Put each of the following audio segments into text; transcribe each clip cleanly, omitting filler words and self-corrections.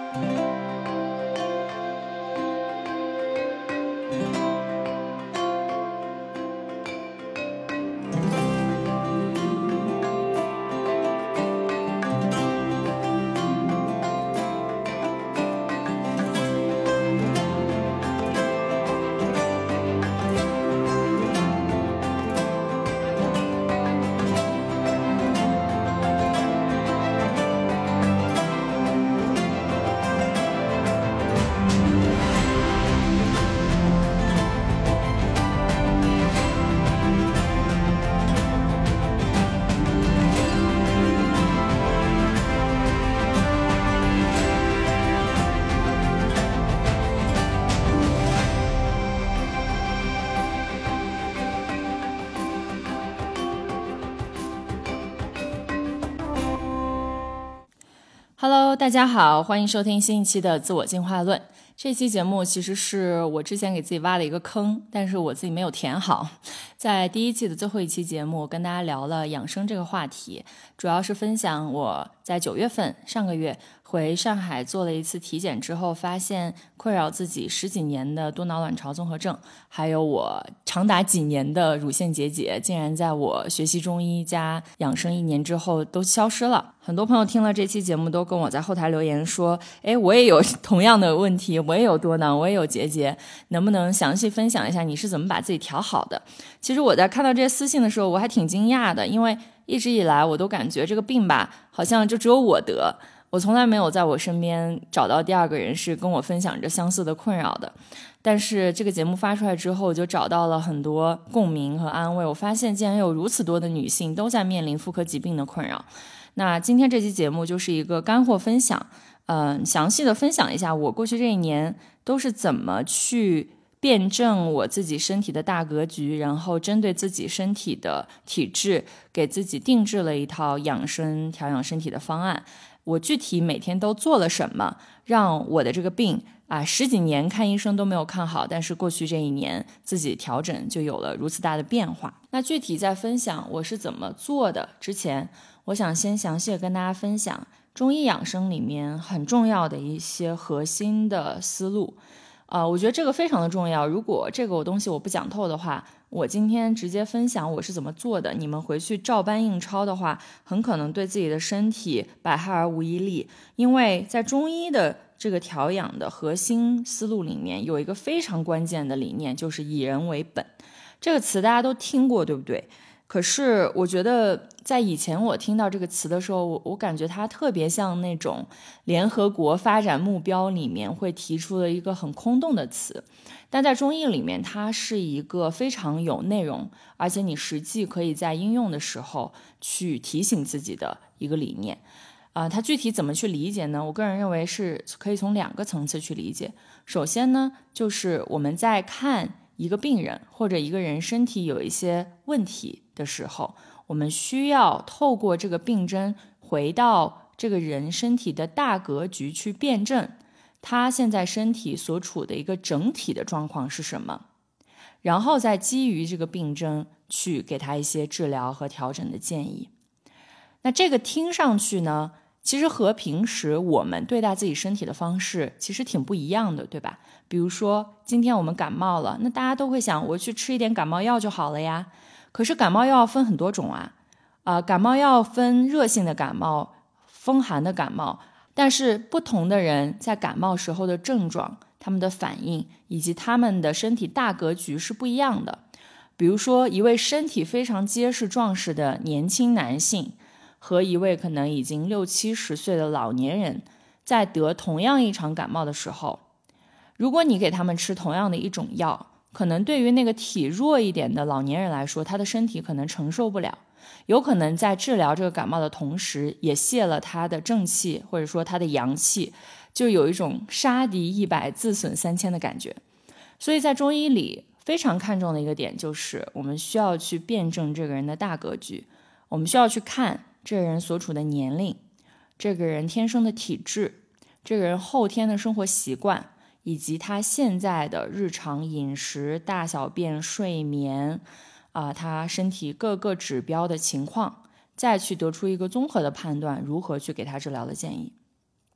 Hello， 大家好，欢迎收听新一期的自我进化论。这期节目其实是我之前给自己挖了一个坑，但是我自己没有填好。在第一季的最后一期节目，我跟大家聊了养生这个话题，主要是分享我在9月份上个月回上海做了一次体检之后，发现困扰自己10几年的多脑卵巢综合症，还有我长达几年的乳腺结节，竟然在我学习中医加养生1年之后都消失了。很多朋友听了这期节目都跟我在后台留言说，我也有同样的问题，我也有多囊，我也有结节，能不能详细分享一下你是怎么把自己调好的？其实我在看到这些私信的时候，我还挺惊讶的，因为一直以来我都感觉这个病吧，好像就只有我得，我从来没有在我身边找到第二个人是跟我分享着相似的困扰的。但是这个节目发出来之后，就找到了很多共鸣和安慰，我发现竟然有如此多的女性都在面临妇科疾病的困扰。那今天这期节目就是一个干货分享，详细的分享一下我过去这1年都是怎么去辩证我自己身体的大格局，然后针对自己身体的体质，给自己定制了一套养生调养身体的方案。我具体每天都做了什么，让我的这个病10几年看医生都没有看好，但是过去这1年自己调整就有了如此大的变化。那具体在分享我是怎么做的之前，我想先详细的跟大家分享中医养生里面很重要的一些核心的思路。我觉得这个非常的重要，如果这个东西我不讲透的话，我今天直接分享我是怎么做的，你们回去照搬印钞的话，很可能对自己的身体百害而无一利。因为在中医的这个调养的核心思路里面，有一个非常关键的理念，就是以人为本。这个词大家都听过，对不对？可是我觉得在以前我听到这个词的时候，我感觉它特别像那种联合国发展目标里面会提出的一个很空洞的词，但在中医里面它是一个非常有内容，而且你实际可以在应用的时候去提醒自己的一个理念。它具体怎么去理解呢？我个人认为是可以从2个层次去理解。首先呢，就是我们在看一个病人或者一个人身体有一些问题的时候，我们需要透过这个病症回到这个人身体的大格局去辩证他现在身体所处的一个整体的状况是什么，然后再基于这个病症去给他一些治疗和调整的建议。那这个听上去呢，其实和平时我们对待自己身体的方式其实挺不一样的，对吧？比如说今天我们感冒了，那大家都会想我去吃一点感冒药就好了呀。可是感冒药分很多种感冒药分热性的感冒、风寒的感冒，但是不同的人在感冒时候的症状、他们的反应以及他们的身体大格局是不一样的。比如说一位身体非常结实壮实的年轻男性和一位可能已经60、70岁的老年人，在得同样一场感冒的时候，如果你给他们吃同样的一种药，可能对于那个体弱一点的老年人来说，他的身体可能承受不了，有可能在治疗这个感冒的同时也泄了他的正气，或者说他的阳气，就有一种杀敌100自损3000的感觉。所以在中医里非常看重的一个点就是我们需要去辩证这个人的大格局，我们需要去看这个人所处的年龄，这个人天生的体质，这个人后天的生活习惯，以及他现在的日常饮食、大小便、睡眠他身体各个指标的情况，再去得出一个综合的判断，如何去给他治疗的建议。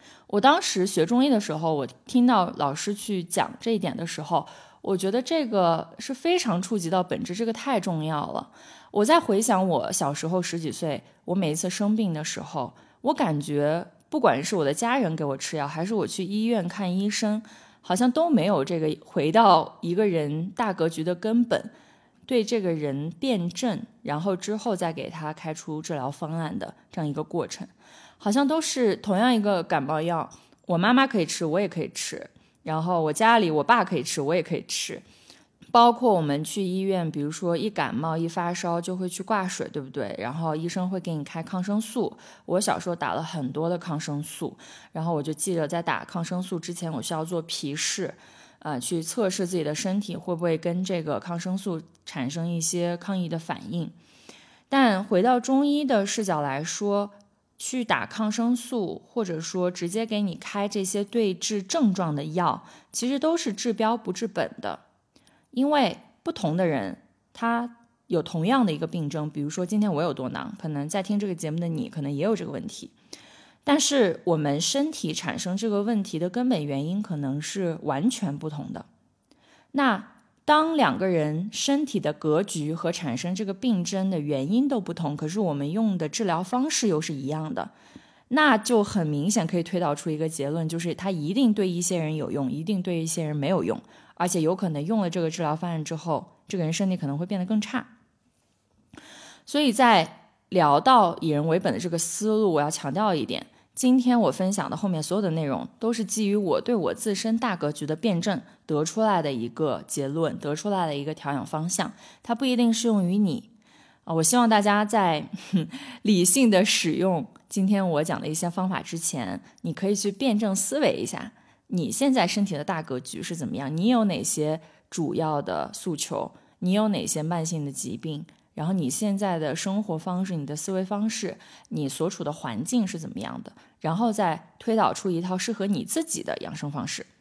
我当时学中医的时候，我听到老师去讲这一点的时候，我觉得这个是非常触及到本质，这个太重要了。我在回想我小时候十几岁，我每一次生病的时候，我感觉不管是我的家人给我吃药，还是我去医院看医生，好像都没有这个回到一个人大格局的根本，对这个人辩证，然后之后再给他开出治疗方案的这样一个过程。好像都是同样一个感冒药，我妈妈可以吃，我也可以吃，然后我家里我爸可以吃，我也可以吃。包括我们去医院，比如说一感冒一发烧就会去挂水，对不对？然后医生会给你开抗生素，我小时候打了很多的抗生素，然后我就记得在打抗生素之前我需要做皮试，去测试自己的身体会不会跟这个抗生素产生一些抗议的反应。但回到中医的视角来说，去打抗生素，或者说直接给你开这些对治症状的药，其实都是治标不治本的。因为不同的人他有同样的一个病症，比如说今天我有多囊，可能在听这个节目的你可能也有这个问题，但是我们身体产生这个问题的根本原因可能是完全不同的。那当两个人身体的格局和产生这个病症的原因都不同，可是我们用的治疗方式又是一样的，那就很明显可以推导出一个结论，就是它一定对一些人有用，一定对一些人没有用，而且有可能用了这个治疗方案之后，这个人身体可能会变得更差。所以在聊到以人为本的这个思路，我要强调一点，今天我分享的后面所有的内容都是基于我对我自身大格局的辩证得出来的一个结论，得出来的一个调养方向，它不一定适用于你。我希望大家在理性的使用今天我讲的一些方法之前，你可以去辩证思维一下，你现在身体的大格局是怎么样，你有哪些主要的诉求，你有哪些慢性的疾病，然后你现在的生活方式，你的思维方式，你所处的环境是怎么样的，然后再推导出一套适合你自己的养生方式。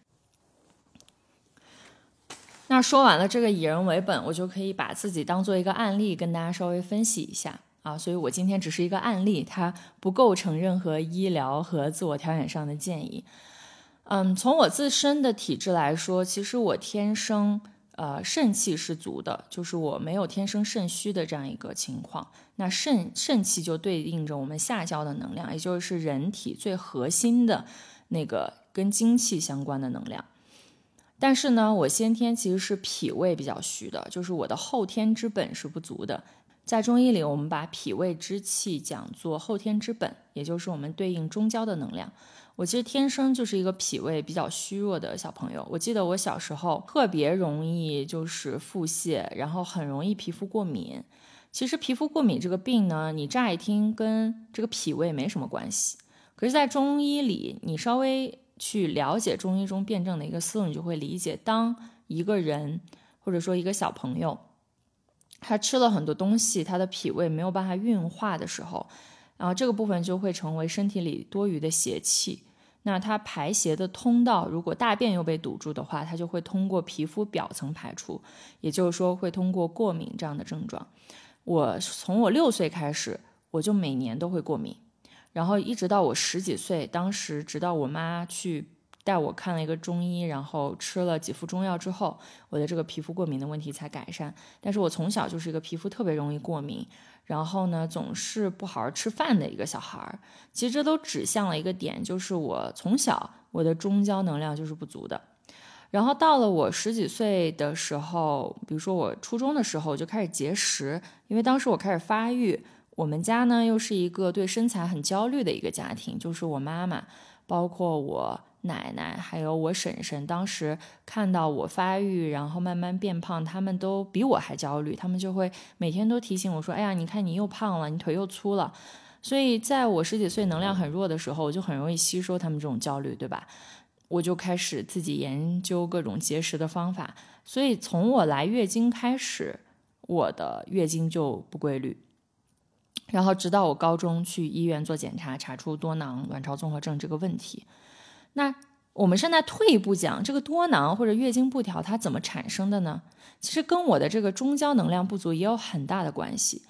那说完了这个以人为本，我就可以把自己当做一个案例跟大家稍微分析一下所以我今天只是一个案例，它不构成任何医疗和自我调养上的建议。从我自身的体质来说，其实我天生肾气是足的，就是我没有天生肾虚的这样一个情况。那肾气就对应着我们下焦的能量，也就是人体最核心的那个跟精气相关的能量。但是呢，我先天其实是脾胃比较虚的，就是我的后天之本是不足的。在中医里，我们把脾胃之气讲作后天之本，也就是我们对应中焦的能量。我其实天生就是一个脾胃比较虚弱的小朋友。我记得我小时候特别容易就是腹泻，然后很容易皮肤过敏。其实皮肤过敏这个病呢，你乍一听跟这个脾胃没什么关系，可是在中医里，你稍微去了解中医中辩证的一个思路，你就会理解，当一个人或者说一个小朋友他吃了很多东西，他的脾胃没有办法运化的时候，然后这个部分就会成为身体里多余的邪气。那它排泄的通道，如果大便又被堵住的话，它就会通过皮肤表层排出，也就是说会通过过敏这样的症状。从我6岁开始，我就每年都会过敏，然后一直到我10几岁，当时直到我妈去带我看了一个中医，然后吃了几副中药之后，我的这个皮肤过敏的问题才改善。但是我从小就是一个皮肤特别容易过敏，然后呢总是不好好吃饭的一个小孩。其实这都指向了一个点，就是我从小我的中焦能量就是不足的。然后到了我10几岁的时候，比如说我初中的时候，我就开始节食，因为当时我开始发育，我们家呢又是一个对身材很焦虑的一个家庭，就是我妈妈包括我奶奶还有我婶婶，当时看到我发育然后慢慢变胖，他们都比我还焦虑，他们就会每天都提醒我说，哎呀，你看你又胖了，你腿又粗了。所以在我10几岁能量很弱的时候，我就很容易吸收他们这种焦虑，对吧？我就开始自己研究各种节食的方法，所以从我来月经开始，我的月经就不规律，然后直到我高中去医院做检查，查出多囊卵巢综合症这个问题。那我们现在退一步讲，这个多囊或者月经不调它怎么产生的呢？其实跟我的这个中焦能量不足也有很大的关系。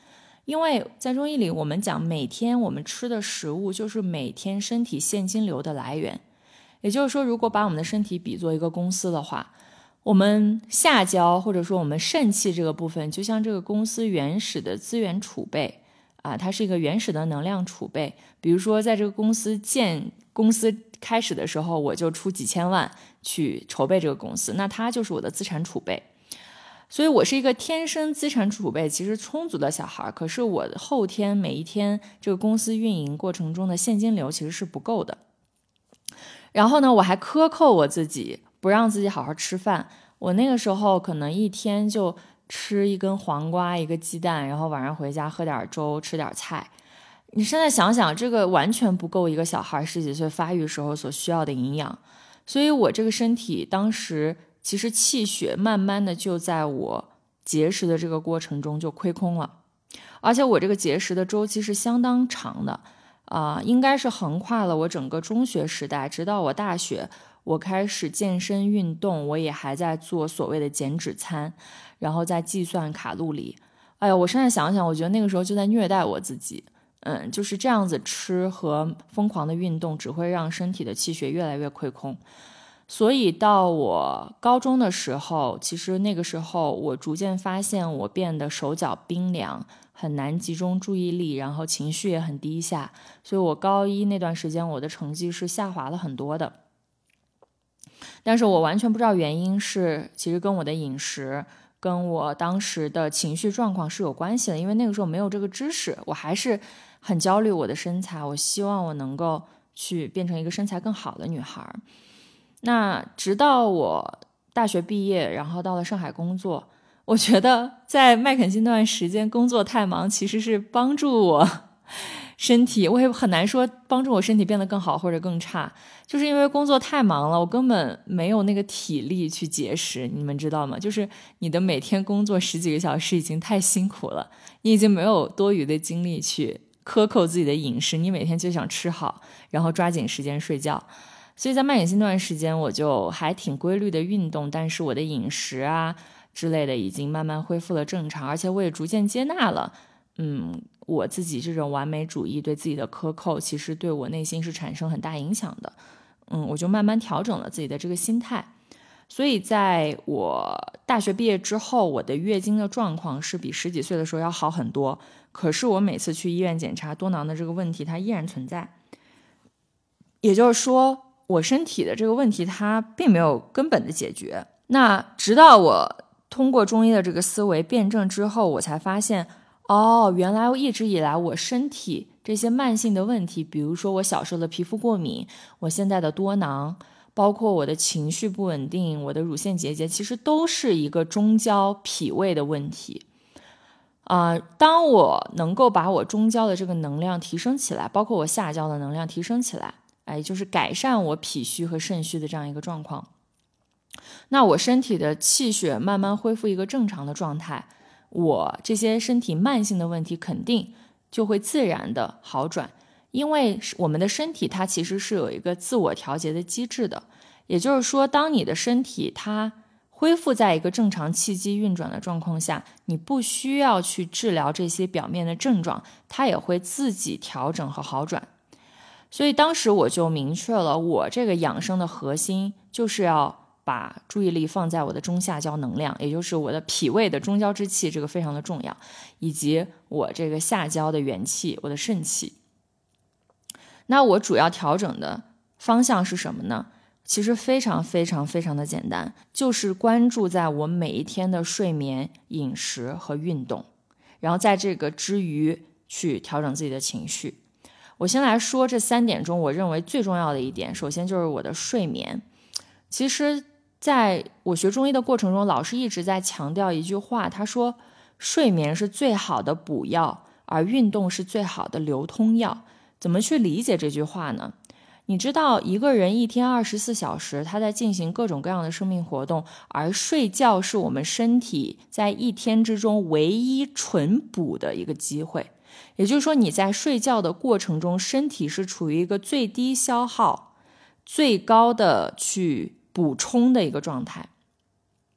因为在中医里我们讲每天我们吃的食物就是每天身体现金流的来源，也就是说如果把我们的身体比作一个公司的话，我们下焦或者说我们肾气这个部分就像这个公司原始的资源储备它是一个原始的能量储备。比如说在这个公司开始的时候，我就出几千万去筹备这个公司，那它就是我的资产储备。所以我是一个天生资产储备其实充足的小孩，可是我后天每一天这个公司运营过程中的现金流其实是不够的。然后呢，我还克扣我自己，不让自己好好吃饭。我那个时候可能一天就吃一根黄瓜一个鸡蛋，然后晚上回家喝点粥吃点菜。你现在想想，这个完全不够一个小孩10几岁发育时候所需要的营养。所以我这个身体当时其实气血慢慢的就在我节食的这个过程中就亏空了。而且我这个节食的周期是相当长的应该是横跨了我整个中学时代，直到我大学我开始健身运动，我也还在做所谓的减脂餐，然后再计算卡路里。哎呀，我现在想想，我觉得那个时候就在虐待我自己。就是这样子吃和疯狂的运动只会让身体的气血越来越亏空。所以到我高中的时候，其实那个时候我逐渐发现我变得手脚冰凉，很难集中注意力，然后情绪也很低下。所以我高一那段时间我的成绩是下滑了很多的。但是我完全不知道原因是其实跟我的饮食跟我当时的情绪状况是有关系的，因为那个时候没有这个知识，我还是很焦虑我的身材，我希望我能够去变成一个身材更好的女孩。那直到我大学毕业，然后到了上海工作，我觉得在麦肯锡那段时间工作太忙，其实是帮助我身体，我也很难说帮助我身体变得更好或者更差，就是因为工作太忙了，我根本没有那个体力去节食，你们知道吗？就是你的每天工作10几个小时已经太辛苦了，你已经没有多余的精力去克扣自己的饮食，你每天就想吃好，然后抓紧时间睡觉。所以在麦肯锡那段时间我就还挺规律的运动，但是我的饮食之类的已经慢慢恢复了正常，而且我也逐渐接纳了我自己这种完美主义对自己的苛扣其实对我内心是产生很大影响的。我就慢慢调整了自己的这个心态。所以在我大学毕业之后，我的月经的状况是比10几岁的时候要好很多，可是我每次去医院检查多囊的这个问题它依然存在。也就是说我身体的这个问题它并没有根本的解决。那直到我通过中医的这个思维辩证之后，我才发现原来一直以来我身体这些慢性的问题，比如说我小时候的皮肤过敏，我现在的多囊，包括我的情绪不稳定，我的乳腺结节，其实都是一个中焦脾胃的问题。当我能够把我中焦的这个能量提升起来，包括我下焦的能量提升起来，就是改善我脾虚和肾虚的这样一个状况，那我身体的气血慢慢恢复一个正常的状态，我这些身体慢性的问题肯定就会自然的好转。因为我们的身体它其实是有一个自我调节的机制的，也就是说当你的身体它恢复在一个正常气机运转的状况下，你不需要去治疗这些表面的症状，它也会自己调整和好转。所以当时我就明确了，我这个养生的核心就是要把注意力放在我的中下焦能量，也就是我的脾胃的中焦之气，这个非常的重要，以及我这个下焦的元气，我的肾气。那我主要调整的方向是什么呢？其实非常非常非常的简单，就是关注在我每一天的睡眠、饮食和运动，然后在这个之余去调整自己的情绪。我先来说这3点中我认为最重要的一点，首先就是我的睡眠。其实在我学中医的过程中，老师一直在强调一句话，他说睡眠是最好的补药，而运动是最好的流通药。怎么去理解这句话呢？你知道一个人一天24小时他在进行各种各样的生命活动，而睡觉是我们身体在一天之中唯一纯补的一个机会。也就是说你在睡觉的过程中，身体是处于一个最低消耗最高的去补充的一个状态。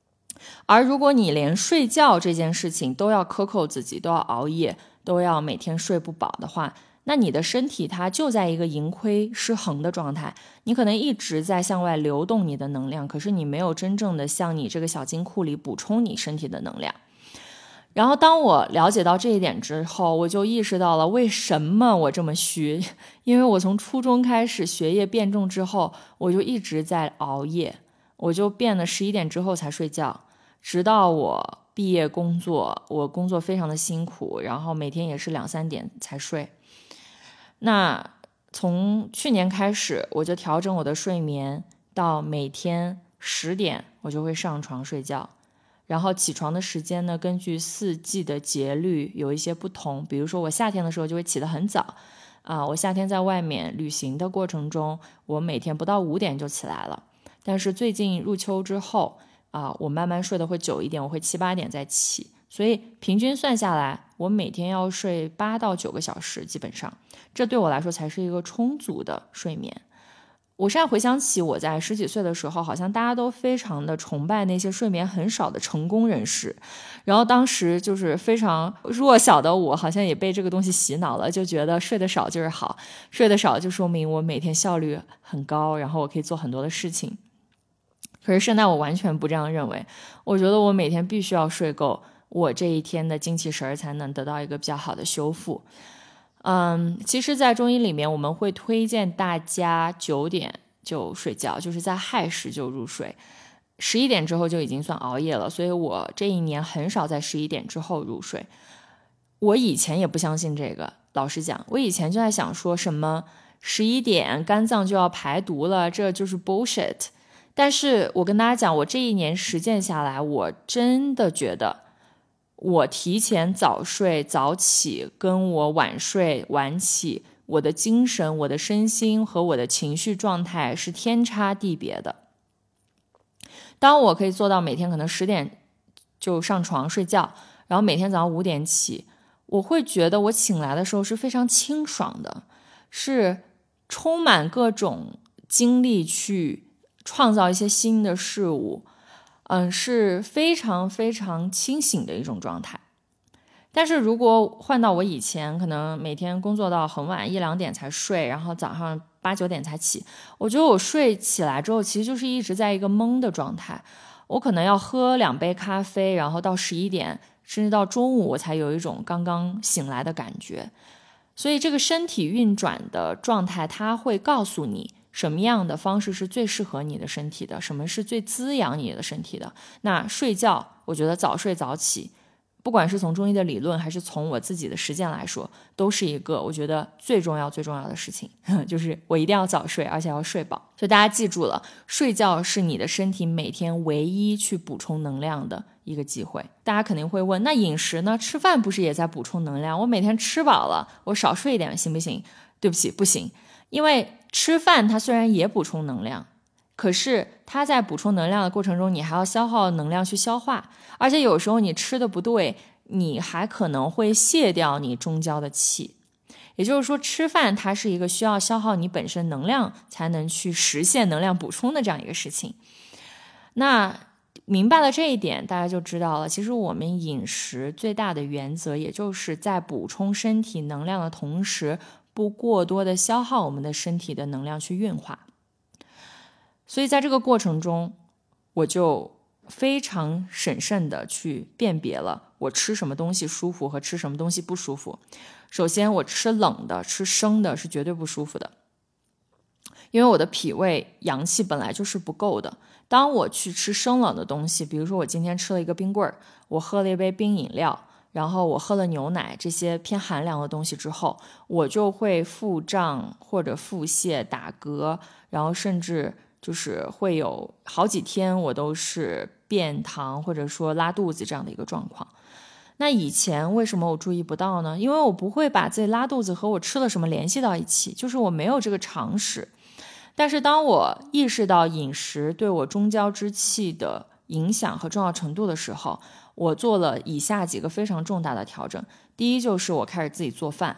而如果你连睡觉这件事情都要克扣自己，都要熬夜，都要每天睡不饱的话，那你的身体它就在一个盈亏失衡的状态，你可能一直在向外流动你的能量，可是你没有真正的向你这个小金库里补充你身体的能量。然后当我了解到这一点之后，我就意识到了为什么我这么虚，因为我从初中开始学业变重之后，我就一直在熬夜，我就变得11点之后才睡觉，直到我毕业工作，我工作非常的辛苦，然后每天也是2、3点才睡。那从去年开始，我就调整我的睡眠，到每天10点我就会上床睡觉，然后起床的时间呢，根据4季的节律有一些不同。比如说我夏天的时候就会起得很早我夏天在外面旅行的过程中，我每天不到5点就起来了。但是最近入秋之后我慢慢睡得会久一点，我会7、8点再起，所以平均算下来，我每天要睡8到9个小时，基本上这对我来说才是一个充足的睡眠。我现在回想起我在10几岁的时候，好像大家都非常的崇拜那些睡眠很少的成功人士，然后当时就是非常弱小的我，好像也被这个东西洗脑了，就觉得睡得少就是好，睡得少就说明我每天效率很高，然后我可以做很多的事情。可是现在我完全不这样认为，我觉得我每天必须要睡够，我这一天的精气神才能得到一个比较好的修复。其实在中医里面，我们会推荐大家9点就睡觉，就是在亥时就入睡，11点之后就已经算熬夜了，所以我这一年很少在11点之后入睡。我以前也不相信这个，老实讲，我以前就在想说什么11点肝脏就要排毒了，这就是 bullshit。但是我跟大家讲，我这一年实践下来，我真的觉得我提前早睡早起跟我晚睡晚起，我的精神、我的身心和我的情绪状态是天差地别的。当我可以做到每天可能10点就上床睡觉，然后每天早上5点起，我会觉得我醒来的时候是非常清爽的，是充满各种精力去创造一些新的事物，是非常非常清醒的一种状态。但是如果换到我以前，可能每天工作到很晚1、2点才睡，然后早上8、9点才起，我觉得我睡起来之后其实就是一直在一个懵的状态，我可能要喝2杯咖啡，然后到11点甚至到中午我才有一种刚刚醒来的感觉。所以这个身体运转的状态，它会告诉你什么样的方式是最适合你的身体的，什么是最滋养你的身体的。那睡觉，我觉得早睡早起，不管是从中医的理论还是从我自己的实践来说，都是一个我觉得最重要的事情，就是我一定要早睡，而且要睡饱。所以大家记住了，睡觉是你的身体每天唯一去补充能量的一个机会。大家肯定会问，那饮食呢？吃饭不是也在补充能量？我每天吃饱了，我少睡一点行不行？对不起，不行。因为吃饭它虽然也补充能量，可是它在补充能量的过程中，你还要消耗能量去消化，而且有时候你吃的不对，你还可能会泄掉你中焦的气。也就是说，吃饭它是一个需要消耗你本身能量才能去实现能量补充的这样一个事情。那明白了这一点，大家就知道了，其实我们饮食最大的原则，也就是在补充身体能量的同时，不过多的消耗我们的身体的能量去运化。所以在这个过程中，我就非常审慎的去辨别了我吃什么东西舒服和吃什么东西不舒服。首先，我吃冷的、吃生的是绝对不舒服的，因为我的脾胃阳气本来就是不够的。当我去吃生冷的东西，比如说我今天吃了一个冰棍儿，我喝了一杯冰饮料，然后我喝了牛奶，这些偏寒凉的东西之后，我就会腹胀或者腹泻、打嗝，然后甚至就是会有好几天我都是便溏或者说拉肚子这样的一个状况。那以前为什么我注意不到呢？因为我不会把自己拉肚子和我吃了什么联系到一起，就是我没有这个常识。但是当我意识到饮食对我中焦之气的影响和重要程度的时候，我做了以下几个非常重大的调整。第一，就是我开始自己做饭。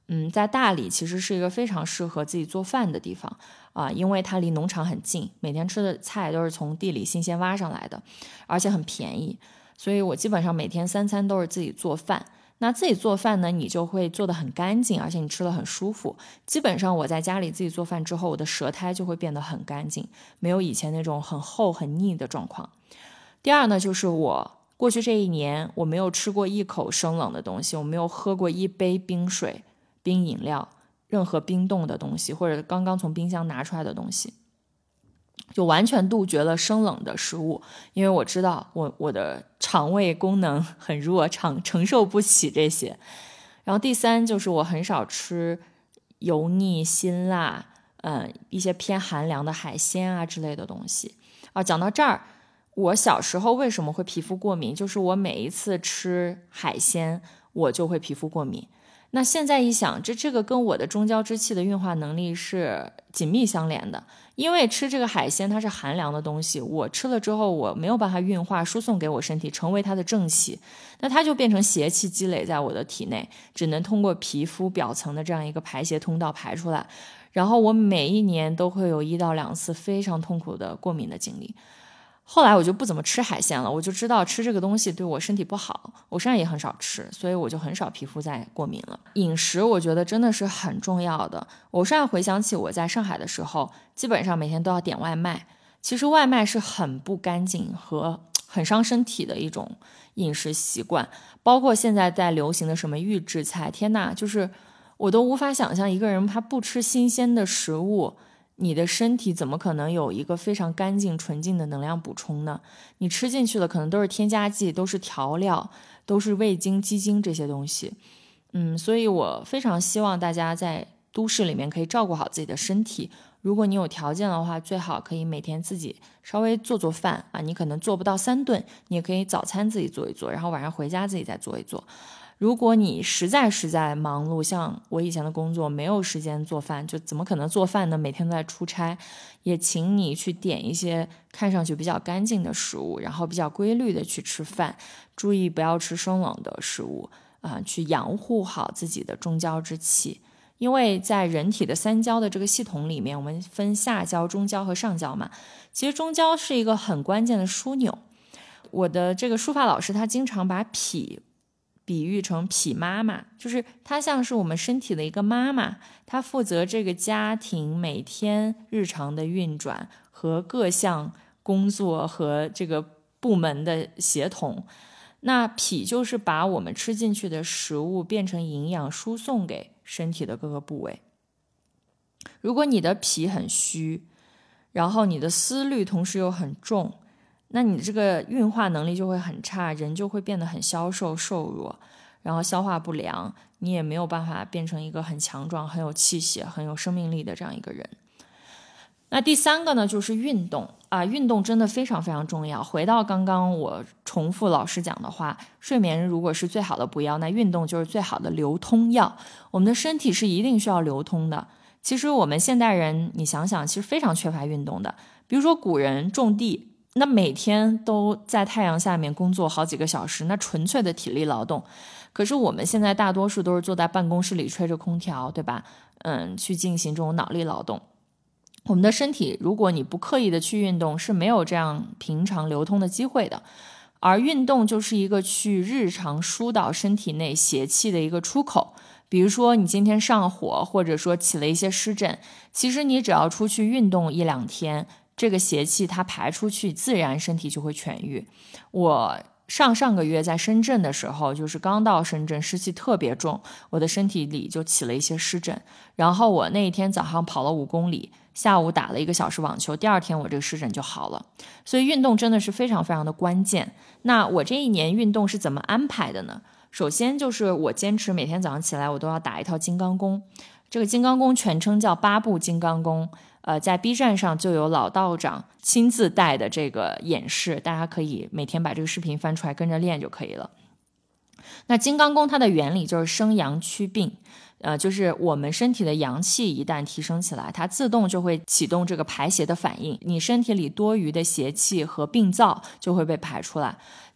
在大理其实是一个非常适合自己做饭的地方因为它离农场很近，每天吃的菜都是从地里新鲜挖上来的，而且很便宜，所以我基本上每天3餐都是自己做饭。那自己做饭呢，你就会做得很干净，而且你吃得很舒服。基本上我在家里自己做饭之后，我的舌苔就会变得很干净，没有以前那种很厚很腻的状况。第二呢，就是我过去这1年我没有吃过一口生冷的东西，我没有喝过一杯冰水、冰饮料，任何冰冻的东西，或者刚刚从冰箱拿出来的东西，就完全杜绝了生冷的食物。因为我知道我的肠胃功能很弱，承受不起这些。然后第3就是我很少吃油腻辛辣一些偏寒凉的海鲜之类的东西讲到这儿，我小时候为什么会皮肤过敏，就是我每一次吃海鲜我就会皮肤过敏。那现在一想，这个跟我的中焦之气的运化能力是紧密相连的。因为吃这个海鲜它是寒凉的东西，我吃了之后我没有办法运化输送给我身体成为它的正气，那它就变成邪气积累在我的体内，只能通过皮肤表层的这样一个排泄通道排出来。然后我每一年都会有1到2次非常痛苦的过敏的经历。后来我就不怎么吃海鲜了，我就知道吃这个东西对我身体不好，我现在也很少吃，所以我就很少皮肤再过敏了。饮食我觉得真的是很重要的。我现在回想起我在上海的时候，基本上每天都要点外卖。其实外卖是很不干净和很伤身体的一种饮食习惯，包括现在在流行的什么预制菜，天哪，就是我都无法想象一个人他不吃新鲜的食物，你的身体怎么可能有一个非常干净纯净的能量补充呢？你吃进去的可能都是添加剂，都是调料，都是味精、鸡精这些东西。所以我非常希望大家在都市里面可以照顾好自己的身体。如果你有条件的话，最好可以每天自己稍微做做饭你可能做不到3顿，你也可以早餐自己做一做，然后晚上回家自己再做一做。如果你实在忙碌，像我以前的工作没有时间做饭，就怎么可能做饭呢？每天都在出差，也请你去点一些看上去比较干净的食物，然后比较规律的去吃饭，注意不要吃生冷的食物去养护好自己的中焦之气。因为在人体的3焦的这个系统里面，我们分下焦、中焦和上焦嘛，其实中焦是一个很关键的枢纽。我的这个书法老师他经常把脾比喻成痞妈妈，就是她像是我们身体的一个妈妈，她负责这个家庭每天日常的运转和各项工作和这个部门的协同。那脾就是把我们吃进去的食物变成营养输送给身体的各个部位。如果你的脾很虚，然后你的思虑同时又很重，那你这个运化能力就会很差，人就会变得很消瘦瘦弱，然后消化不良，你也没有办法变成一个很强壮、很有气血、很有生命力的这样一个人。那第3个呢，就是运动运动真的非常非常重要。回到刚刚我重复老师讲的话，睡眠如果是最好的补药，那运动就是最好的流通药。我们的身体是一定需要流通的。其实我们现代人，你想想，其实非常缺乏运动的。比如说古人种地，那每天都在太阳下面工作好几个小时，那纯粹的体力劳动。可是我们现在大多数都是坐在办公室里吹着空调，对吧？去进行这种脑力劳动。我们的身体如果你不刻意的去运动，是没有这样平常流通的机会的。而运动就是一个去日常疏导身体内邪气的一个出口。比如说你今天上火，或者说起了一些湿疹，其实你只要出去运动1、2天，这个邪气它排出去，自然身体就会痊愈。我上个月在深圳的时候，就是刚到深圳，湿气特别重，我的身体里就起了一些湿疹，然后我那一天早上跑了5公里，下午打了1个小时网球，第2天我这个湿疹就好了。所以运动真的是非常非常的关键。那我这1年运动是怎么安排的呢？首先就是我坚持每天早上起来我都要打一套金刚功，这个金刚功全称叫8步金刚功，在 B 站上就有老道长亲自带的这个演示，大家可以每天把这个视频翻出来跟着练就可以了。那金刚功它的原理就是生阳祛病，就是我们身体的阳气一旦提升起来，它自动就会启动这个排邪的反应，你身体里多余的邪气和病灶就会被排出来。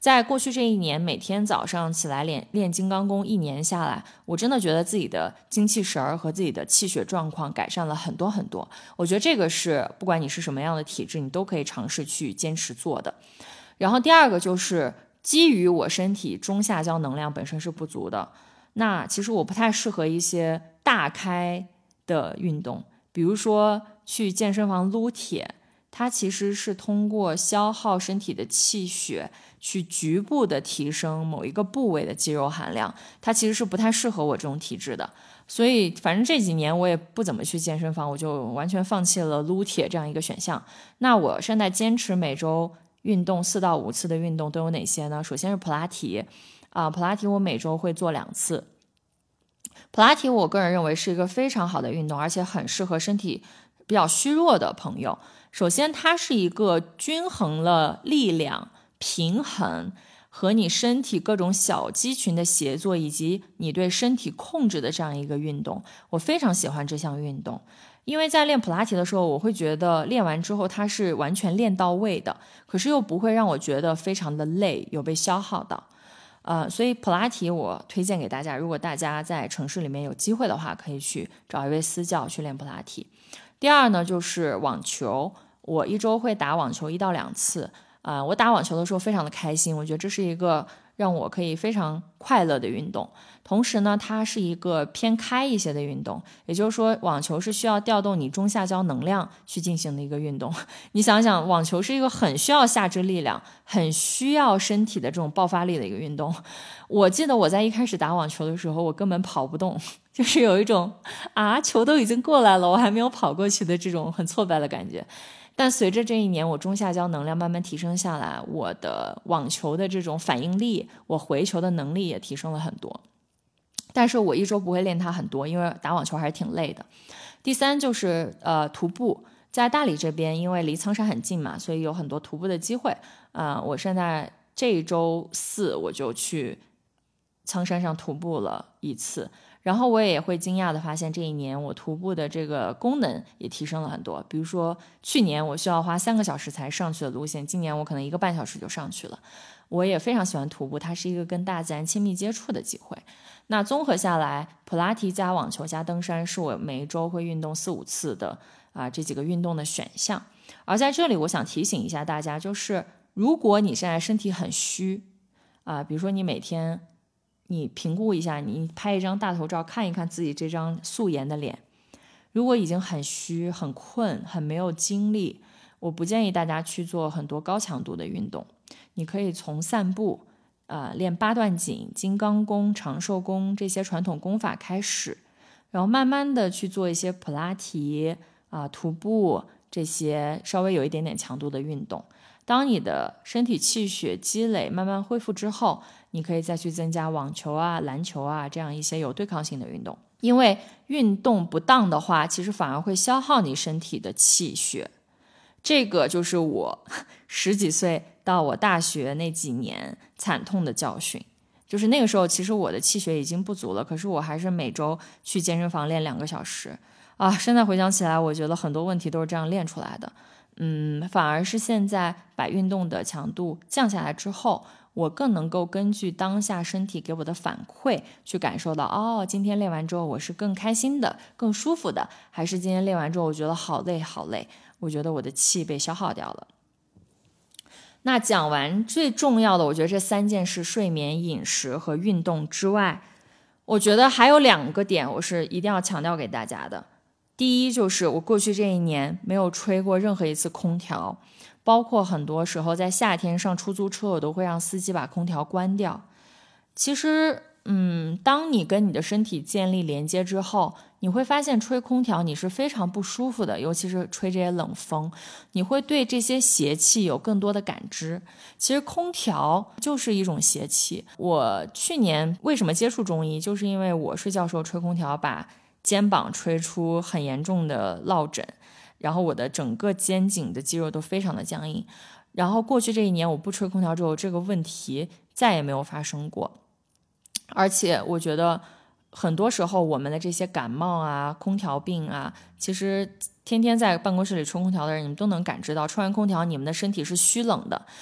在过去这一年，每天早上起来练金刚功，1年下来，我真的觉得自己的精气神儿和自己的气血状况改善了很多很多。我觉得这个是不管你是什么样的体质，你都可以尝试去坚持做的。然后第二个就是基于我身体中下焦能量本身是不足的，那其实我不太适合一些大开的运动，比如说去健身房撸铁，它其实是通过消耗身体的气血去局部的提升某一个部位的肌肉含量，它其实是不太适合我这种体质的。所以反正这几年我也不怎么去健身房，我就完全放弃了撸铁这样一个选项。那我现在坚持每周运动4到5次的运动都有哪些呢？首先是普拉提普拉提我每周会做2次。普拉提我个人认为是一个非常好的运动，而且很适合身体比较虚弱的朋友。首先它是一个均衡了力量、平衡和你身体各种小肌群的协作，以及你对身体控制的这样一个运动。我非常喜欢这项运动，因为在练普拉提的时候，我会觉得练完之后它是完全练到位的，可是又不会让我觉得非常的累，有被消耗到。所以普拉提我推荐给大家，如果大家在城市里面有机会的话，可以去找一位私教去练普拉提。第二呢，就是网球，我1周会打网球1到2次。我打网球的时候非常的开心，我觉得这是一个让我可以非常快乐的运动。同时呢，它是一个偏开一些的运动，也就是说网球是需要调动你中下焦能量去进行的一个运动。你想想，网球是一个很需要下肢力量，很需要身体的这种爆发力的一个运动。我记得我在一开始打网球的时候，我根本跑不动，就是有一种球都已经过来了，我还没有跑过去的这种很挫败的感觉。但随着这一年我中下焦能量慢慢提升下来，我的网球的这种反应力，我回球的能力也提升了很多。但是我1周不会练它很多，因为打网球还是挺累的。第三就是徒步，在大理这边因为离苍山很近嘛，所以有很多徒步的机会。我现在这周4我就去苍山上徒步了1次，然后我也会惊讶的发现这一年我徒步的这个功能也提升了很多。比如说去年我需要花3个小时才上去的路线，今年我可能1个半小时就上去了。我也非常喜欢徒步，它是一个跟大自然亲密接触的机会。那综合下来，普拉提加网球加登山是我每一周会运动4、5次的这几个运动的选项。而在这里我想提醒一下大家，就是如果你现在身体很虚比如说你每天你评估一下，你拍一张大头照看一看自己这张素颜的脸，如果已经很虚、很困、很没有精力，我不建议大家去做很多高强度的运动。你可以从散步练8段锦、金刚功、长寿功这些传统功法开始，然后慢慢的去做一些普拉提徒步这些稍微有一点点强度的运动。当你的身体气血积累慢慢恢复之后，你可以再去增加网球篮球这样一些有对抗性的运动。因为运动不当的话，其实反而会消耗你身体的气血。这个就是我10几岁到我大学那几年惨痛的教训。就是那个时候其实我的气血已经不足了，可是我还是每周去健身房练2个小时现在回想起来，我觉得很多问题都是这样练出来的。反而是现在把运动的强度降下来之后，我更能够根据当下身体给我的反馈去感受到今天练完之后我是更开心的、更舒服的，还是今天练完之后我觉得好累好累，我觉得我的气被消耗掉了。那讲完最重要的，我觉得这3件事，睡眠、饮食和运动之外，我觉得还有2个点我是一定要强调给大家的。第一就是我过去这一年没有吹过任何一次空调，包括很多时候在夏天上出租车，我都会让司机把空调关掉。其实当你跟你的身体建立连接之后，你会发现吹空调你是非常不舒服的，尤其是吹这些冷风，你会对这些邪气有更多的感知。其实空调就是一种邪气。我去年为什么接触中医，就是因为我睡觉时候吹空调把肩膀吹出很严重的落枕，然后我的整个肩颈的肌肉都非常的僵硬。然后过去这一年我不吹空调之后，这个问题再也没有发生过。而且我觉得很多时候我们的这些感冒空调病其实天天在办公室里吹空调的人，你们都能感知到，吹完空调你们的身体是虚冷的。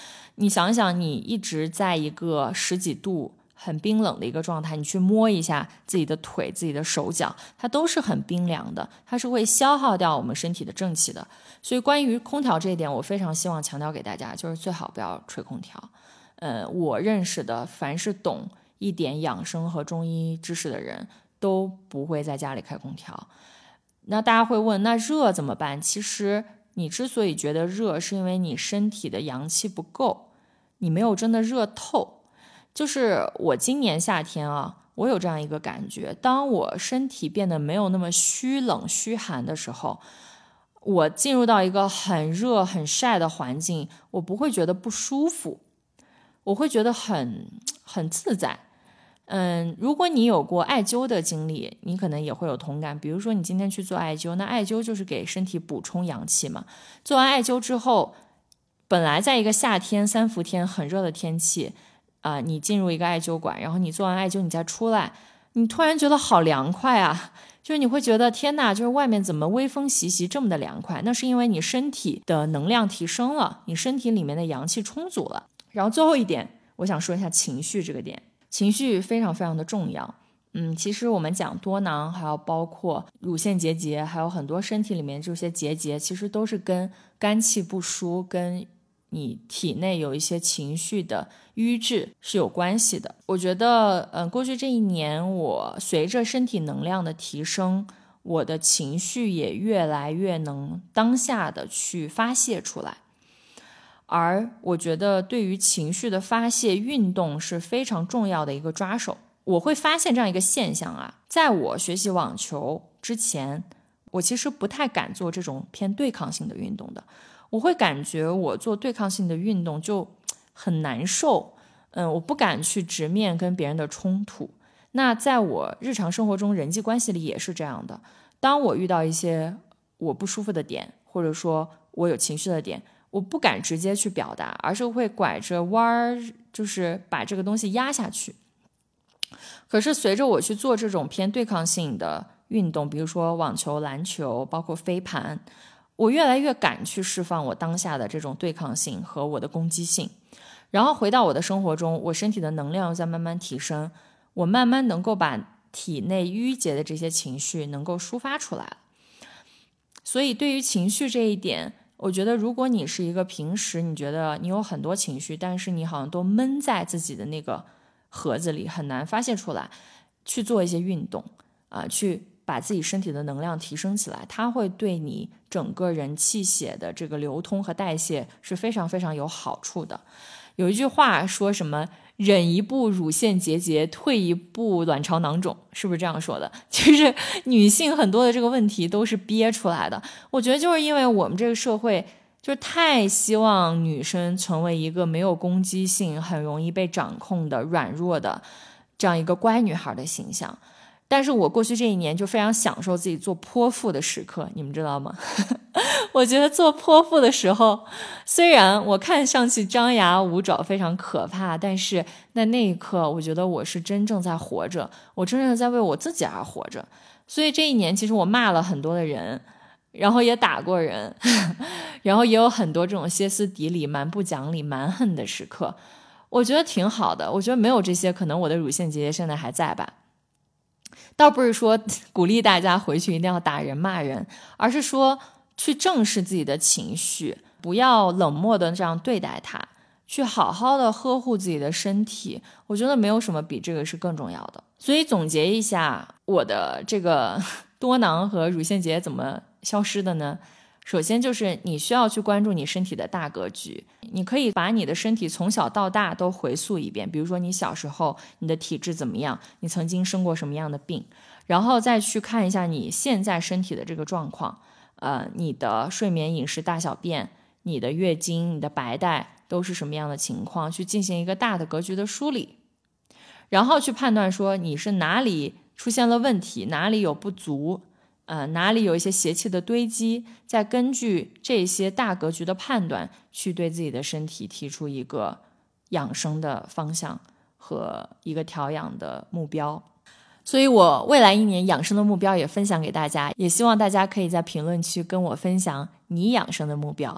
你想想，你一直在一个10几度很冰冷的一个状态，你去摸一下自己的腿、自己的手脚，它都是很冰凉的，它是会消耗掉我们身体的正气的。所以关于空调这一点，我非常希望强调给大家，就是最好不要吹空调。我认识的凡是懂一点养生和中医知识的人都不会在家里开空调。那大家会问，那热怎么办？其实你之所以觉得热，是因为你身体的阳气不够，你没有真的热透。就是我今年夏天啊，我有这样一个感觉，当我身体变得没有那么虚冷虚寒的时候，我进入到一个很热很晒的环境，我不会觉得不舒服，我会觉得很自在。如果你有过艾灸的经历，你可能也会有同感。比如说你今天去做艾灸，那艾灸就是给身体补充阳气嘛。做完艾灸之后，本来在一个夏天3伏天很热的天气你进入一个艾灸馆，然后你做完艾灸你再出来，你突然觉得好凉快啊，就是你会觉得天哪，就是外面怎么微风习习这么的凉快，那是因为你身体的能量提升了，你身体里面的阳气充足了。然后最后一点我想说一下情绪这个点，情绪非常非常的重要。其实我们讲多囊，还有包括乳腺结节，还有很多身体里面这些结节，其实都是跟肝气不舒，跟你体内有一些情绪的瘀滞是有关系的。我觉得过去这一年，我随着身体能量的提升，我的情绪也越来越能当下的去发泄出来。而我觉得对于情绪的发泄，运动是非常重要的一个抓手。我会发现这样一个现象在我学习网球之前，我其实不太敢做这种偏对抗性的运动的。我会感觉我做对抗性的运动就很难受，我不敢去直面跟别人的冲突。那在我日常生活中人际关系里也是这样的，当我遇到一些我不舒服的点，或者说我有情绪的点，我不敢直接去表达，而是会拐着弯儿，就是把这个东西压下去。可是随着我去做这种偏对抗性的运动，比如说网球、篮球，包括飞盘，我越来越敢去释放我当下的这种对抗性和我的攻击性。然后回到我的生活中，我身体的能量又在慢慢提升，我慢慢能够把体内淤结的这些情绪能够抒发出来。所以对于情绪这一点，我觉得如果你是一个平时你觉得你有很多情绪，但是你好像都闷在自己的那个盒子里，很难发泄出来，去做一些运动去把自己身体的能量提升起来，它会对你整个人气血的这个流通和代谢是非常非常有好处的。有一句话说什么忍一步乳腺结节，退一步卵巢囊肿，是不是这样说的？就是女性很多的这个问题都是憋出来的。我觉得就是因为我们这个社会就是太希望女生成为一个没有攻击性，很容易被掌控的软弱的这样一个乖女孩的形象。但是我过去这一年就非常享受自己做泼妇的时刻，你们知道吗？我觉得做泼妇的时候，虽然我看上去张牙舞爪非常可怕，但是在那一刻我觉得我是真正在活着，我真正在为我自己而活着。所以这一年其实我骂了很多的人，然后也打过人然后也有很多这种歇斯底里、蛮不讲理、蛮横的时刻，我觉得挺好的。我觉得没有这些，可能我的乳腺结节现在还在吧。倒不是说鼓励大家回去一定要打人骂人，而是说去正视自己的情绪，不要冷漠的这样对待它，去好好的呵护自己的身体。我觉得没有什么比这个是更重要的。所以总结一下我的这个多囊和乳腺结怎么消失的呢？首先就是你需要去关注你身体的大格局，你可以把你的身体从小到大都回溯一遍，比如说你小时候你的体质怎么样，你曾经生过什么样的病，然后再去看一下你现在身体的这个状况，你的睡眠、饮食、大小便，你的月经、你的白带都是什么样的情况，去进行一个大的格局的梳理，然后去判断说你是哪里出现了问题，哪里有不足，哪里有一些邪气的堆积，再根据这些大格局的判断，去对自己的身体提出一个养生的方向和一个调养的目标。所以我未来1年养生的目标也分享给大家，也希望大家可以在评论区跟我分享你养生的目标。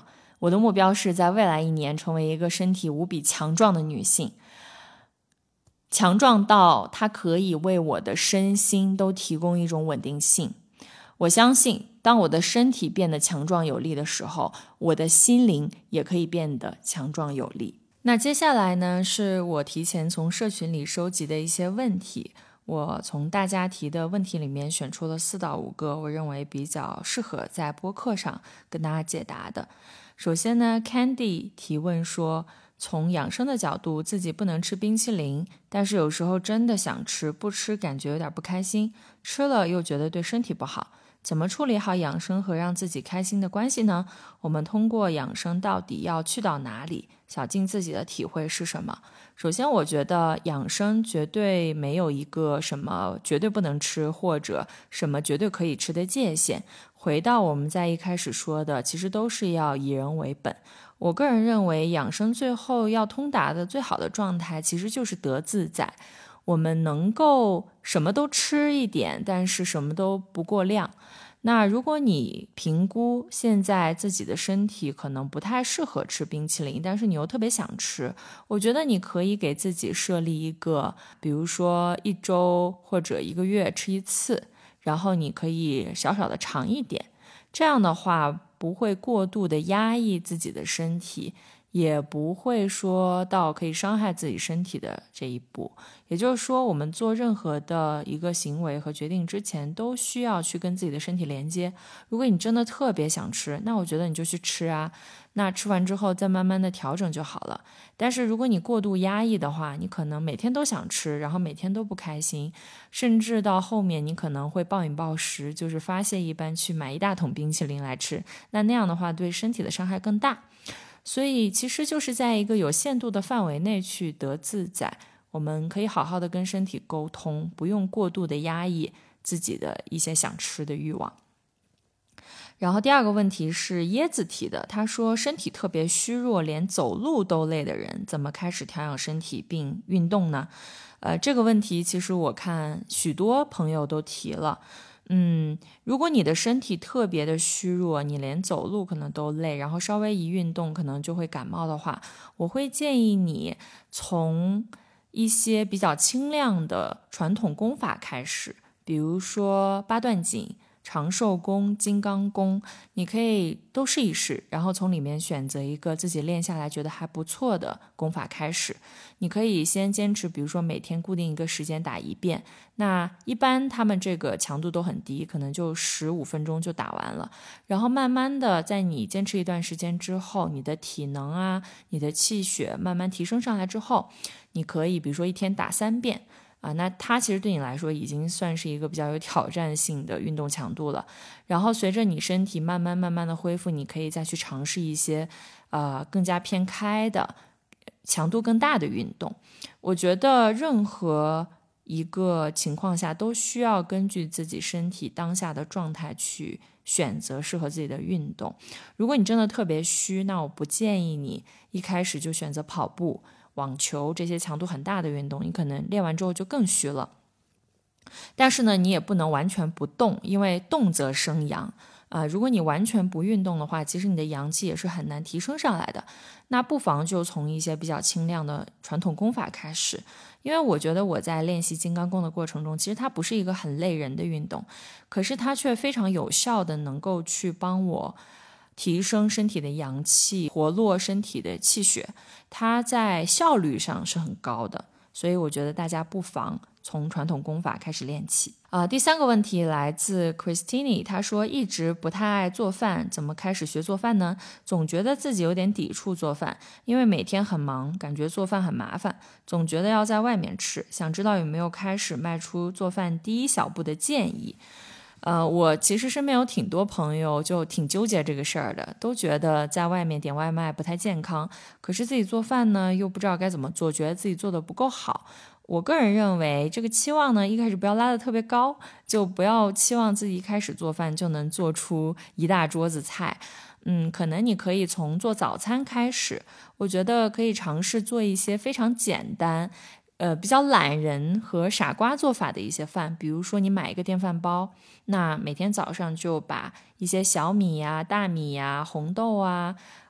我的目标是在未来1年成为一个身体无比强壮的女性，强壮到它可以为我的身心都提供一种稳定性。我相信当我的身体变得强壮有力的时候，我的心灵也可以变得强壮有力。那接下来呢，是我提前从社群里收集的一些问题，我从大家提的问题里面选出了4到5个我认为比较适合在播客上跟大家解答的。首先呢， Candy 提问说，从养生的角度，自己不能吃冰淇淋，但是有时候真的想吃，不吃感觉有点不开心，吃了又觉得对身体不好，怎么处理好养生和让自己开心的关系呢？我们通过养生到底要去到哪里？小静自己的体会是什么？首先我觉得养生绝对没有一个什么绝对不能吃或者什么绝对可以吃的界限，回到我们在一开始说的，其实都是要以人为本。我个人认为养生最后要通达的最好的状态其实就是得自在，我们能够什么都吃一点，但是什么都不过量。那如果你评估现在自己的身体可能不太适合吃冰淇淋，但是你又特别想吃，我觉得你可以给自己设立一个，比如说1周或者1个月吃1次，然后你可以小小的尝一点，这样的话不会过度的压抑自己的身体，也不会说到可以伤害自己身体的这一步。也就是说，我们做任何的一个行为和决定之前，都需要去跟自己的身体连接。如果你真的特别想吃，那我觉得你就去吃啊，那吃完之后再慢慢的调整就好了。但是如果你过度压抑的话，你可能每天都想吃，然后每天都不开心，甚至到后面你可能会暴饮暴食，就是发泄一般去买1大桶冰淇淋来吃，那样的话对身体的伤害更大。所以其实就是在一个有限度的范围内去得自在，我们可以好好的跟身体沟通，不用过度的压抑自己的一些想吃的欲望。然后第2个问题是椰子提的，他说身体特别虚弱，连走路都累的人，怎么开始调养身体并运动呢？这个问题其实我看许多朋友都提了。如果你的身体特别的虚弱，你连走路可能都累，然后稍微一运动可能就会感冒的话，我会建议你从一些比较轻量的传统功法开始，比如说八段锦、长寿功、金刚功，你可以都试一试，然后从里面选择一个自己练下来觉得还不错的功法开始。你可以先坚持，比如说每天固定一个时间打1遍，那一般他们这个强度都很低，可能就15分钟就打完了。然后慢慢的在你坚持一段时间之后，你的体能啊，你的气血慢慢提升上来之后，你可以比如说1天打3遍那它其实对你来说已经算是一个比较有挑战性的运动强度了。然后随着你身体慢慢的恢复，你可以再去尝试一些更加偏开的强度更大的运动。我觉得任何一个情况下都需要根据自己身体当下的状态去选择适合自己的运动。如果你真的特别虚，那我不建议你一开始就选择跑步、网球这些强度很大的运动，你可能练完之后就更虚了。但是呢，你也不能完全不动，因为动则生阳如果你完全不运动的话，其实你的阳气也是很难提升上来的。那不妨就从一些比较轻量的传统功法开始，因为我觉得我在练习金刚功的过程中，其实它不是一个很累人的运动，可是它却非常有效的能够去帮我提升身体的阳气，活络身体的气血，它在效率上是很高的。所以我觉得大家不妨从传统功法开始练起。第3个问题来自 Christine， 她说一直不太爱做饭，怎么开始学做饭呢？总觉得自己有点抵触做饭，因为每天很忙，感觉做饭很麻烦，总觉得要在外面吃，想知道有没有开始迈出做饭第一小步的建议。我其实身边有挺多朋友就挺纠结这个事儿的，都觉得在外面点外卖不太健康，可是自己做饭呢又不知道该怎么做，觉得自己做的不够好。我个人认为这个期望呢一开始不要拉得特别高，就不要期望自己一开始做饭就能做出一大桌子菜。可能你可以从做早餐开始，我觉得可以尝试做一些非常简单比较懒人和傻瓜做法的一些饭，比如说你买一个电饭煲，那每天早上就把一些小米呀、大米呀、红豆啊、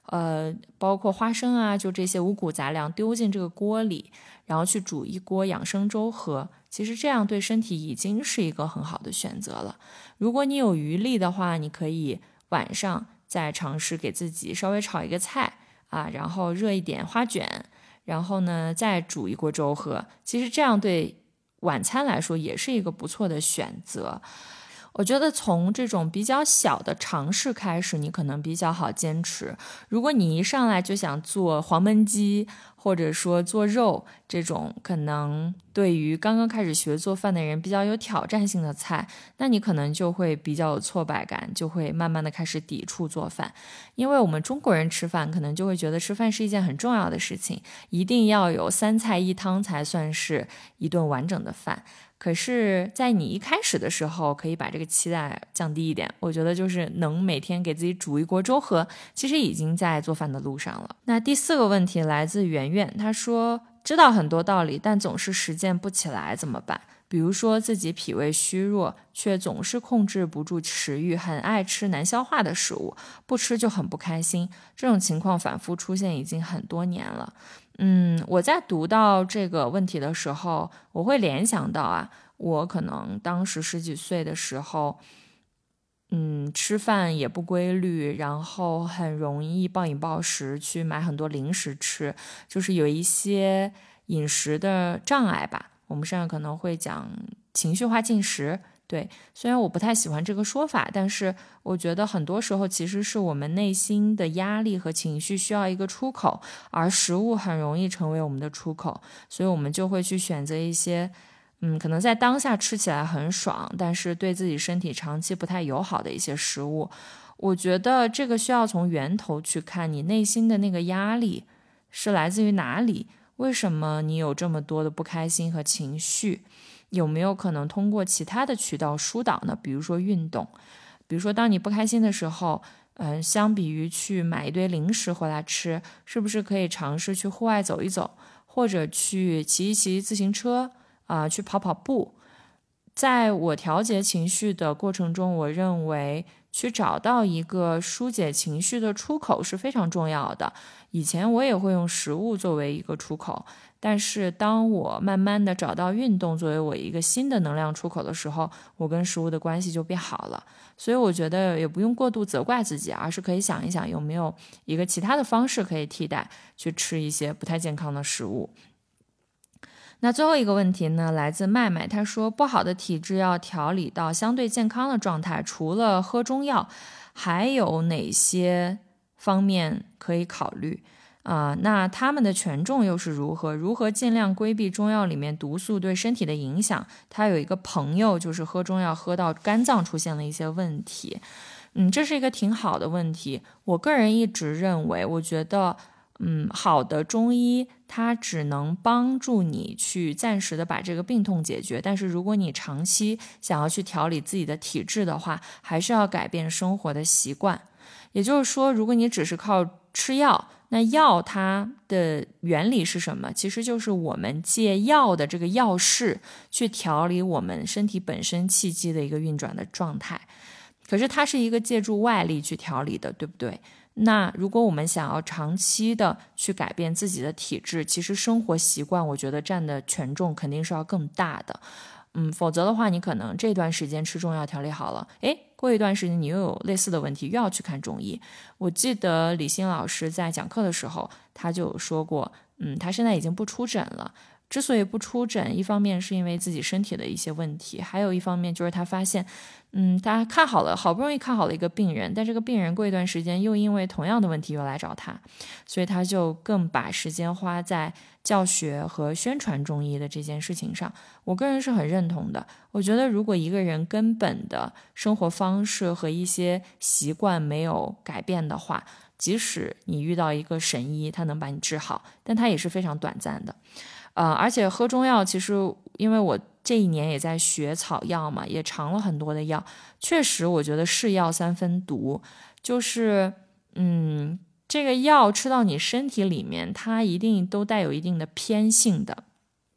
包括花生啊，就这些五谷杂粮丢进这个锅里，然后去煮一锅养生粥喝。其实这样对身体已经是一个很好的选择了。如果你有余力的话，你可以晚上再尝试给自己稍微炒一个菜啊，然后热一点花卷，然后呢再煮一锅粥喝。其实这样对晚餐来说也是一个不错的选择。我觉得从这种比较小的尝试开始，你可能比较好坚持。如果你一上来就想做黄焖鸡，或者说做肉这种可能对于刚刚开始学做饭的人比较有挑战性的菜，那你可能就会比较有挫败感，就会慢慢的开始抵触做饭。因为我们中国人吃饭可能就会觉得吃饭是一件很重要的事情，一定要有3菜1汤才算是一顿完整的饭。可是在你一开始的时候，可以把这个期待降低一点，我觉得就是能每天给自己煮一锅粥喝，其实已经在做饭的路上了。那第4个问题来自圆圆，他说知道很多道理，但总是实践不起来怎么办？比如说自己脾胃虚弱，却总是控制不住食欲，很爱吃难消化的食物，不吃就很不开心，这种情况反复出现已经很多年了。我在读到这个问题的时候，我会联想到我可能当时10几岁的时候，吃饭也不规律，然后很容易暴饮暴食，去买很多零食吃，就是有一些饮食的障碍吧。我们身上可能会讲情绪化进食。对，虽然我不太喜欢这个说法，但是我觉得很多时候其实是我们内心的压力和情绪需要一个出口，而食物很容易成为我们的出口，所以我们就会去选择一些可能在当下吃起来很爽，但是对自己身体长期不太友好的一些食物。我觉得这个需要从源头去看，你内心的那个压力是来自于哪里？为什么你有这么多的不开心和情绪？有没有可能通过其他的渠道疏导呢？比如说运动，比如说当你不开心的时候，相比于去买一堆零食回来吃，是不是可以尝试去户外走一走，或者去骑一骑自行车去跑跑步？在我调节情绪的过程中，我认为去找到一个疏解情绪的出口是非常重要的。以前我也会用食物作为一个出口，但是当我慢慢的找到运动作为我一个新的能量出口的时候，我跟食物的关系就变好了。所以我觉得也不用过度责怪自己，而是可以想一想有没有一个其他的方式可以替代去吃一些不太健康的食物。那最后一个问题呢，来自麦麦，他说不好的体质要调理到相对健康的状态，除了喝中药，还有哪些方面可以考虑？那他们的权重又是如何？如何尽量规避中药里面毒素对身体的影响？他有一个朋友就是喝中药喝到肝脏出现了一些问题。这是一个挺好的问题。我个人一直认为，我觉得好的中医它只能帮助你去暂时的把这个病痛解决，但是如果你长期想要去调理自己的体质的话，还是要改变生活的习惯。也就是说，如果你只是靠吃药，那药它的原理是什么？其实就是我们借药的这个药势去调理我们身体本身气机的一个运转的状态。可是它是一个借助外力去调理的，对不对？那如果我们想要长期的去改变自己的体质，其实生活习惯我觉得占的权重肯定是要更大的。否则的话，你可能这段时间吃中药调理好了，过一段时间你又有类似的问题，又要去看中医。我记得李欣老师在讲课的时候，他就有说过，他现在已经不出诊了。之所以不出诊，一方面是因为自己身体的一些问题，还有一方面就是他发现，他好不容易看好了一个病人，但这个病人过一段时间又因为同样的问题又来找他，所以他就更把时间花在教学和宣传中医的这件事情上。我个人是很认同的。我觉得如果一个人根本的生活方式和一些习惯没有改变的话，即使你遇到一个神医，他能把你治好，但他也是非常短暂的。而且喝中药，其实因为我这一年也在学草药嘛，也尝了很多的药，确实我觉得是药三分毒，就是这个药吃到你身体里面，它一定都带有一定的偏性的。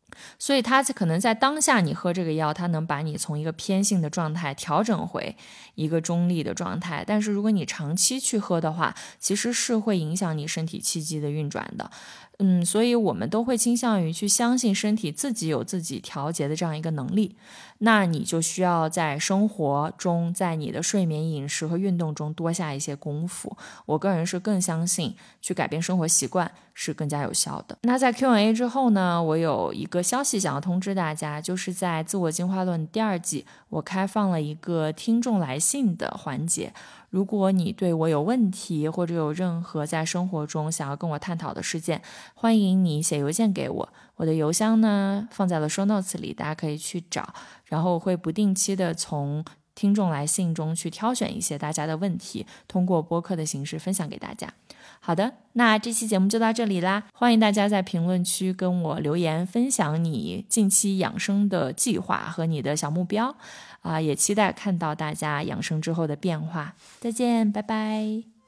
所以它可能在当下你喝这个药，它能把你从一个偏性的状态调整回一个中立的状态，但是如果你长期去喝的话，其实是会影响你身体气机的运转的。所以我们都会倾向于去相信身体自己有自己调节的这样一个能力，那你就需要在生活中，在你的睡眠、饮食和运动中多下一些功夫。我个人是更相信去改变生活习惯是更加有效的。那在 Q&A 之后呢，我有一个消息想要通知大家，就是在自我进化论第2季，我开放了一个听众来信的环节。如果你对我有问题，或者有任何在生活中想要跟我探讨的事件，欢迎你写邮件给我。我的邮箱呢放在了 show notes 里，大家可以去找，然后我会不定期的从听众来信中去挑选一些大家的问题，通过播客的形式分享给大家。好的，那这期节目就到这里啦，欢迎大家在评论区跟我留言分享你近期养生的计划和你的小目标也期待看到大家养生之后的变化。再见，拜拜。